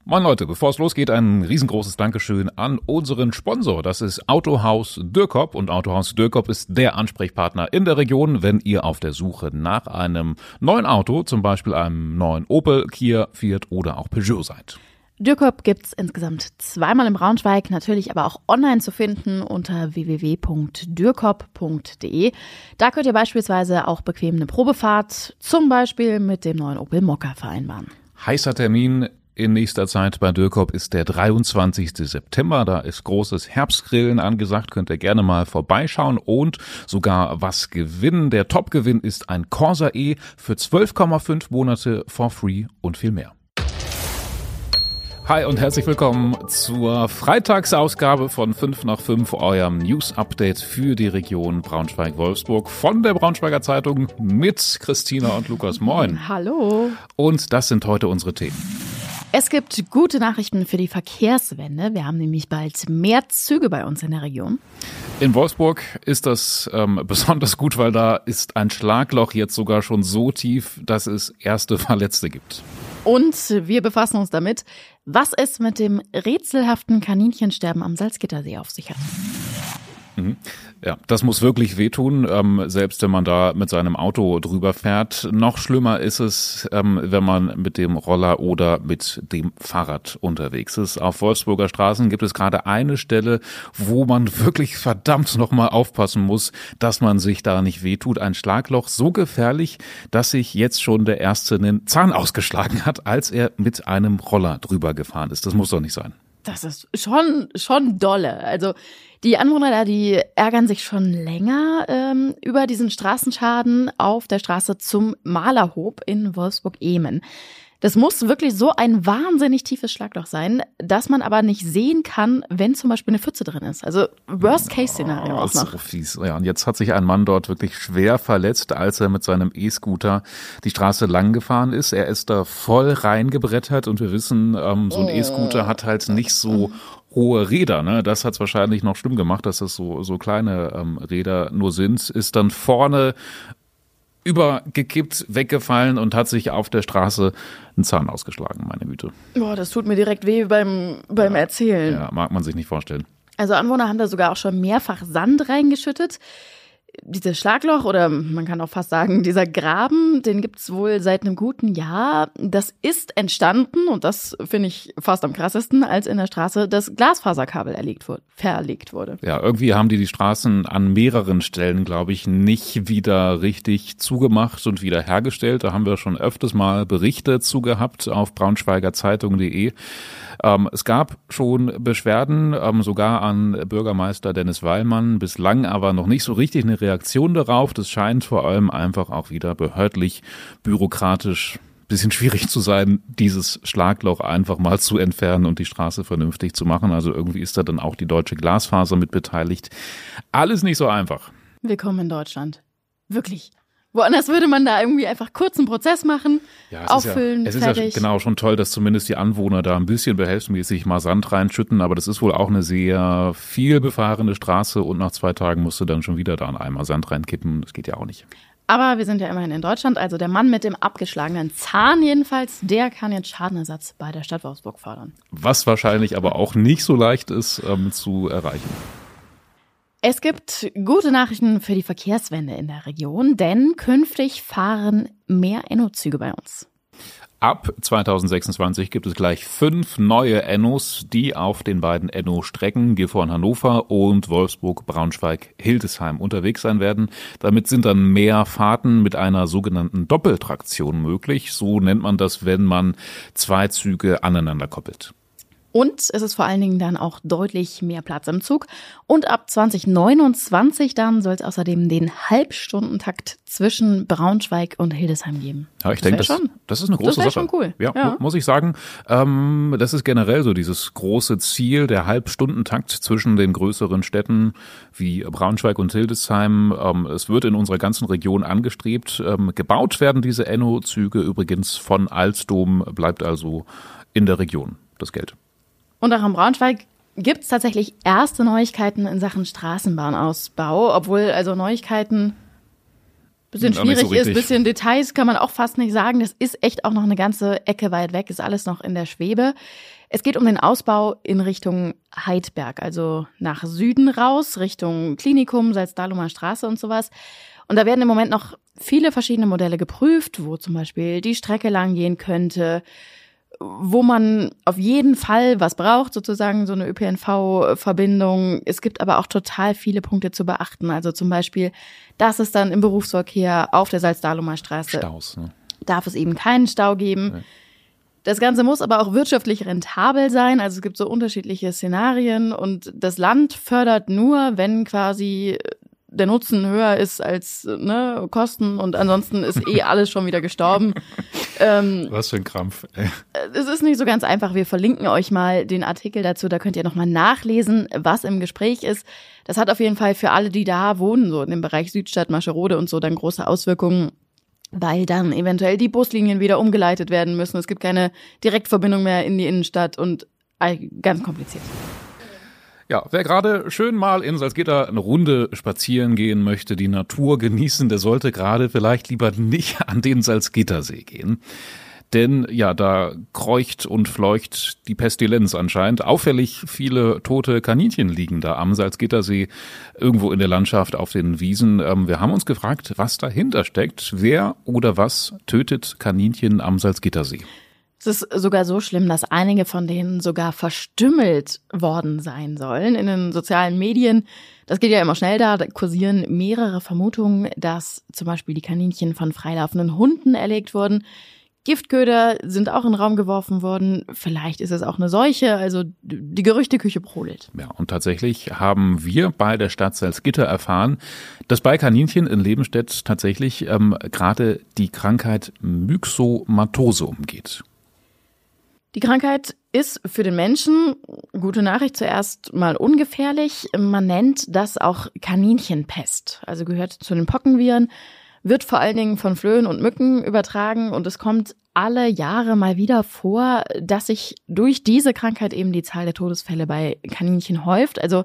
Moin Leute, bevor es losgeht, ein riesengroßes Dankeschön an unseren Sponsor. Das ist Autohaus Dürkop und Autohaus Dürkop ist der Ansprechpartner in der Region, wenn ihr auf der Suche nach einem neuen Auto, zum Beispiel einem neuen Opel, Kia, Fiat oder auch Peugeot seid. Dürkop gibt's insgesamt zweimal in Braunschweig, natürlich aber auch online zu finden unter www.dürkop.de. Da könnt ihr beispielsweise auch bequem eine Probefahrt, zum Beispiel mit dem neuen Opel Mokka vereinbaren. Heißer Termin in nächster Zeit bei Dürkop ist der 23. September. Da ist großes Herbstgrillen angesagt. Könnt ihr gerne mal vorbeischauen und sogar was gewinnen. Der Topgewinn ist ein Corsa E für 12,5 Monate for free und viel mehr. Hi und herzlich willkommen zur Freitagsausgabe von 5 nach 5, eurem News-Update für die Region Braunschweig-Wolfsburg von der Braunschweiger Zeitung mit Christina und Lukas. Moin. Hallo. Und das sind heute unsere Themen. Es gibt gute Nachrichten für die Verkehrswende. Wir haben nämlich bald mehr Züge bei uns in der Region. In Wolfsburg ist das besonders gut, weil da ist ein Schlagloch jetzt sogar schon so tief, dass es erste Verletzte gibt. Und wir befassen uns damit, was es mit dem rätselhaften Kaninchensterben am Salzgittersee auf sich hat. Ja, das muss wirklich wehtun, selbst wenn man da mit seinem Auto drüber fährt. Noch schlimmer ist es, wenn man mit dem Roller oder mit dem Fahrrad unterwegs ist. Auf Wolfsburger Straßen gibt es gerade eine Stelle, wo man wirklich verdammt nochmal aufpassen muss, dass man sich da nicht wehtut. Ein Schlagloch so gefährlich, dass sich jetzt schon der Erste den Zahn ausgeschlagen hat, als er mit einem Roller drüber gefahren ist. Das muss doch nicht sein. Das ist schon dolle. Also die Anwohner da, die ärgern sich schon länger über diesen Straßenschaden auf der Straße zum Malerhof in Wolfsburg-Ehmen. Das muss wirklich so ein wahnsinnig tiefes Schlagloch sein, dass man aber nicht sehen kann, wenn zum Beispiel eine Pfütze drin ist. Also Worst-Case-Szenario auch noch. So fies. Ja, und jetzt hat sich ein Mann dort wirklich schwer verletzt, als er mit seinem E-Scooter die Straße lang gefahren ist. Er ist da voll reingebrettert und wir wissen, so ein E-Scooter hat halt nicht so hohe Räder, ne? Das hat's wahrscheinlich noch schlimm gemacht, dass das so kleine Räder nur sind. Ist dann vorne übergekippt, weggefallen und hat sich auf der Straße einen Zahn ausgeschlagen, meine Güte. Boah, das tut mir direkt weh beim Erzählen. Ja, mag man sich nicht vorstellen. Also Anwohner haben da sogar auch schon mehrfach Sand reingeschüttet. Dieses Schlagloch oder man kann auch fast sagen, dieser Graben, den gibt's wohl seit einem guten Jahr. Das ist entstanden, und das finde ich fast am krassesten, als in der Straße das Glasfaserkabel verlegt wurde. Ja, irgendwie haben die Straßen an mehreren Stellen, glaube ich, nicht wieder richtig zugemacht und wieder hergestellt. Da haben wir schon öfters mal Berichte zu gehabt auf braunschweigerzeitung.de. Es gab schon Beschwerden, sogar an Bürgermeister Dennis Weilmann, bislang aber noch nicht so richtig eine Reaktion darauf. Das scheint vor allem einfach auch wieder behördlich, bürokratisch bisschen schwierig zu sein, dieses Schlagloch einfach mal zu entfernen und die Straße vernünftig zu machen. Also irgendwie ist da dann auch die deutsche Glasfaser mit beteiligt. Alles nicht so einfach. Willkommen in Deutschland. Wirklich. Woanders würde man da irgendwie einfach kurz einen Prozess machen, auffüllen, es ist fertig. Ja genau schon toll, dass zumindest die Anwohner da ein bisschen behelfsmäßig mal Sand reinschütten, aber das ist wohl auch eine sehr viel befahrene Straße und nach 2 Tagen musst du dann schon wieder da einen Eimer Sand reinkippen. Das geht ja auch nicht. Aber wir sind ja immerhin in Deutschland, also der Mann mit dem abgeschlagenen Zahn jedenfalls, der kann jetzt Schadenersatz bei der Stadt Wolfsburg fordern. Was wahrscheinlich aber auch nicht so leicht ist zu erreichen. Es gibt gute Nachrichten für die Verkehrswende in der Region, denn künftig fahren mehr Enno-Züge bei uns. Ab 2026 gibt es gleich 5 neue Ennos, die auf den beiden Enno-Strecken Gifhorn-Hannover und Wolfsburg-Braunschweig-Hildesheim unterwegs sein werden. Damit sind dann mehr Fahrten mit einer sogenannten Doppeltraktion möglich. So nennt man das, wenn man 2 Züge aneinander koppelt. Und es ist vor allen Dingen dann auch deutlich mehr Platz im Zug. Und ab 2029 dann soll es außerdem den Halbstundentakt zwischen Braunschweig und Hildesheim geben. Ja, ich denke, das ist eine große Sache. Das wäre schon cool. Ja, muss ich sagen. Das ist generell so dieses große Ziel, der Halbstundentakt zwischen den größeren Städten wie Braunschweig und Hildesheim. Es wird in unserer ganzen Region angestrebt. Gebaut werden diese Enno-Züge übrigens von Alstom, bleibt also in der Region das Geld. Und auch in Braunschweig gibt es tatsächlich erste Neuigkeiten in Sachen Straßenbahnausbau, obwohl also Neuigkeiten bisschen schwierig ist, bisschen Details kann man auch fast nicht sagen. Das ist echt auch noch eine ganze Ecke weit weg, ist alles noch in der Schwebe. Es geht um den Ausbau in Richtung Heidberg, also nach Süden raus, Richtung Klinikum, Salzdalumer Straße und sowas. Und da werden im Moment noch viele verschiedene Modelle geprüft, wo zum Beispiel die Strecke lang gehen könnte, wo man auf jeden Fall was braucht, sozusagen so eine ÖPNV-Verbindung. Es gibt aber auch total viele Punkte zu beachten. Also zum Beispiel, dass es dann im Berufsverkehr auf der Salzdalumer Straße Staus, ne? Darf es eben keinen Stau geben. Nee. Das Ganze muss aber auch wirtschaftlich rentabel sein. Also es gibt so unterschiedliche Szenarien und das Land fördert nur, wenn quasi der Nutzen höher ist als Kosten und ansonsten ist alles schon wieder gestorben. Was für ein Krampf. Es ist nicht so ganz einfach. Wir verlinken euch mal den Artikel dazu. Da könnt ihr nochmal nachlesen, was im Gespräch ist. Das hat auf jeden Fall für alle, die da wohnen, so in dem Bereich Südstadt, Mascherode und so, dann große Auswirkungen, weil dann eventuell die Buslinien wieder umgeleitet werden müssen. Es gibt keine Direktverbindung mehr in die Innenstadt und ganz kompliziert. Ja, wer gerade schön mal in Salzgitter eine Runde spazieren gehen möchte, die Natur genießen, der sollte gerade vielleicht lieber nicht an den Salzgittersee gehen. Denn ja, da kreucht und fleucht die Pestilenz anscheinend. Auffällig viele tote Kaninchen liegen da am Salzgittersee, irgendwo in der Landschaft auf den Wiesen. Wir haben uns gefragt, was dahinter steckt. Wer oder was tötet Kaninchen am Salzgittersee? Es ist sogar so schlimm, dass einige von denen sogar verstümmelt worden sein sollen in den sozialen Medien. Das geht ja immer schnell da kursieren mehrere Vermutungen, dass zum Beispiel die Kaninchen von freilaufenden Hunden erlegt wurden. Giftköder sind auch in den Raum geworfen worden. Vielleicht ist es auch eine Seuche, also die Gerüchteküche brodelt. Ja, und tatsächlich haben wir bei der Stadt Salzgitter erfahren, dass bei Kaninchen in Lebenstedt tatsächlich gerade die Krankheit Myxomatose umgeht. Die Krankheit ist für den Menschen, gute Nachricht, zuerst mal ungefährlich. Man nennt das auch Kaninchenpest, also gehört zu den Pockenviren, wird vor allen Dingen von Flöhen und Mücken übertragen und es kommt alle Jahre mal wieder vor, dass sich durch diese Krankheit eben die Zahl der Todesfälle bei Kaninchen häuft. Also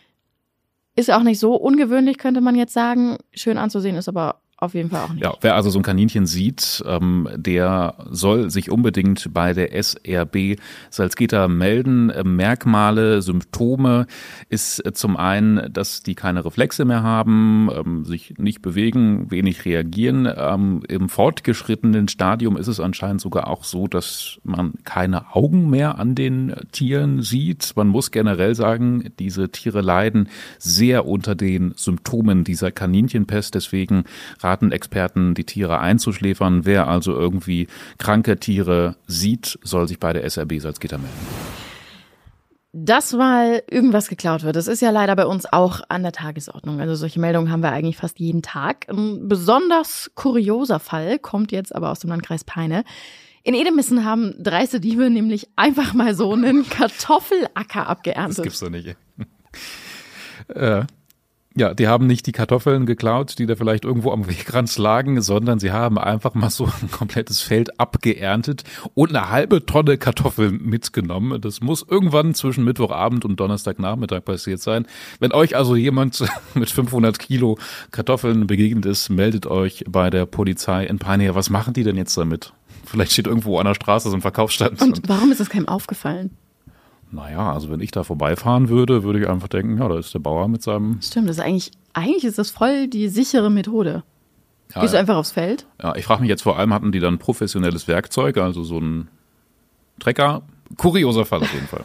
ist auch nicht so ungewöhnlich, könnte man jetzt sagen. Schön anzusehen ist aber auf jeden Fall auch nicht. Ja, wer also so ein Kaninchen sieht, der soll sich unbedingt bei der SRB Salzgitter melden. Merkmale, Symptome ist zum einen, dass die keine Reflexe mehr haben, sich nicht bewegen, wenig reagieren. Im fortgeschrittenen Stadium ist es anscheinend sogar auch so, dass man keine Augen mehr an den Tieren sieht. Man muss generell sagen, diese Tiere leiden sehr unter den Symptomen dieser Kaninchenpest. Deswegen raten Experten, die Tiere einzuschläfern. Wer also irgendwie kranke Tiere sieht, soll sich bei der SRB Salzgitter melden. Dass mal irgendwas geklaut wird, das ist ja leider bei uns auch an der Tagesordnung. Also solche Meldungen haben wir eigentlich fast jeden Tag. Ein besonders kurioser Fall kommt jetzt aber aus dem Landkreis Peine. In Edemissen haben dreiste Diebe nämlich einfach mal so einen Kartoffelacker abgeerntet. Das gibt's doch nicht. Ja, die haben nicht die Kartoffeln geklaut, die da vielleicht irgendwo am Wegrand lagen, sondern sie haben einfach mal so ein komplettes Feld abgeerntet und eine halbe Tonne Kartoffeln mitgenommen. Das muss irgendwann zwischen Mittwochabend und Donnerstagnachmittag passiert sein. Wenn euch also jemand mit 500 Kilo Kartoffeln begegnet ist, meldet euch bei der Polizei in Peine. Was machen die denn jetzt damit? Vielleicht steht irgendwo an der Straße so ein Verkaufsstand. Und warum ist das keinem aufgefallen? Naja, also wenn ich da vorbeifahren würde, würde ich einfach denken, ja, da ist der Bauer mit seinem... Stimmt, das ist eigentlich ist das voll die sichere Methode. Ja, gehst du einfach aufs Feld? Ja, ich frage mich jetzt vor allem, hatten die dann professionelles Werkzeug, also so ein Trecker? Kurioser Fall auf jeden Fall.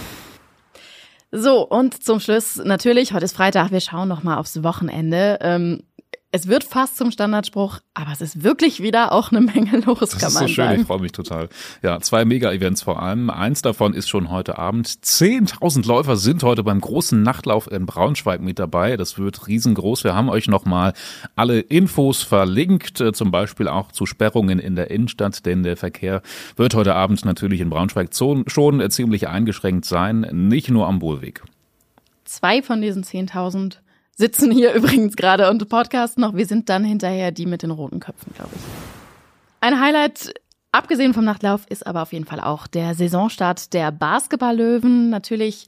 So, und zum Schluss natürlich, heute ist Freitag, wir schauen noch mal aufs Wochenende. Es wird fast zum Standardspruch, aber es ist wirklich wieder auch eine Menge los, das kann man sagen. Das ist so schön, ich freue mich total. Ja, 2 Mega-Events vor allem. Eins davon ist schon heute Abend. 10.000 Läufer sind heute beim großen Nachtlauf in Braunschweig mit dabei. Das wird riesengroß. Wir haben euch nochmal alle Infos verlinkt, zum Beispiel auch zu Sperrungen in der Innenstadt, denn der Verkehr wird heute Abend natürlich in Braunschweig schon ziemlich eingeschränkt sein, nicht nur am Bohlweg. 2 von diesen 10.000 sitzen hier übrigens gerade und podcasten noch. Wir sind dann hinterher die mit den roten Köpfen, glaube ich. Ein Highlight, abgesehen vom Nachtlauf, ist aber auf jeden Fall auch der Saisonstart der Basketball-Löwen. Natürlich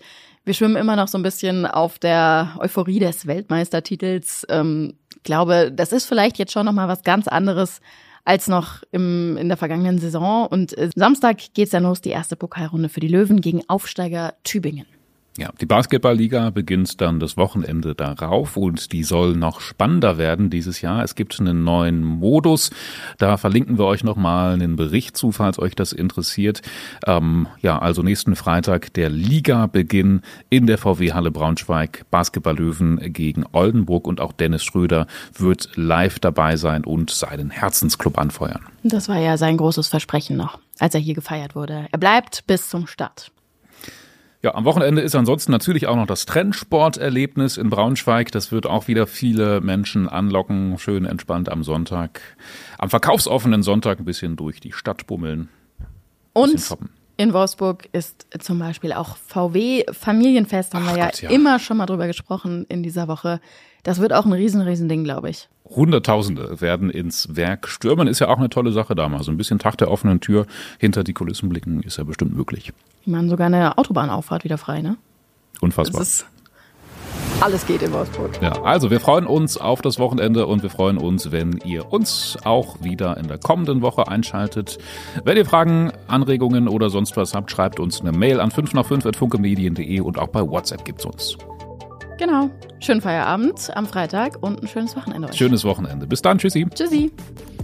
Wir schwimmen immer noch so ein bisschen auf der Euphorie des Weltmeistertitels. Ich glaube, das ist vielleicht jetzt schon nochmal was ganz anderes als noch in der vergangenen Saison. Und Samstag geht's dann los, die erste Pokalrunde für die Löwen gegen Aufsteiger Tübingen. Ja, die Basketballliga beginnt dann das Wochenende darauf und die soll noch spannender werden dieses Jahr. Es gibt einen neuen Modus. Da verlinken wir euch nochmal einen Bericht zu, falls euch das interessiert. Also nächsten Freitag der Liga-Beginn in der VW-Halle Braunschweig. Basketball-Löwen gegen Oldenburg und auch Dennis Schröder wird live dabei sein und seinen Herzensclub anfeuern. Das war ja sein großes Versprechen noch, als er hier gefeiert wurde. Er bleibt bis zum Start. Ja, am Wochenende ist ansonsten natürlich auch noch das Trennsporterlebnis in Braunschweig. Das wird auch wieder viele Menschen anlocken. Schön entspannt am Sonntag, am verkaufsoffenen Sonntag ein bisschen durch die Stadt bummeln. Und in Wolfsburg ist zum Beispiel auch VW-Familienfest. Haben wir immer schon mal drüber gesprochen in dieser Woche. Das wird auch ein riesen Ding, glaube ich. Hunderttausende werden ins Werk stürmen. Ist ja auch eine tolle Sache da mal. So ein bisschen Tag der offenen Tür hinter die Kulissen blicken ist ja bestimmt möglich. Ich meine, sogar eine Autobahnauffahrt wieder frei, ne? Unfassbar. Alles geht in Wolfsburg. Ja, also wir freuen uns auf das Wochenende und wir freuen uns, wenn ihr uns auch wieder in der kommenden Woche einschaltet. Wenn ihr Fragen, Anregungen oder sonst was habt, schreibt uns eine Mail an 5nach5@funkemedien.de und auch bei WhatsApp gibt's uns. Genau. Schönen Feierabend am Freitag und ein schönes Wochenende euch. Schönes Wochenende. Bis dann. Tschüssi. Tschüssi.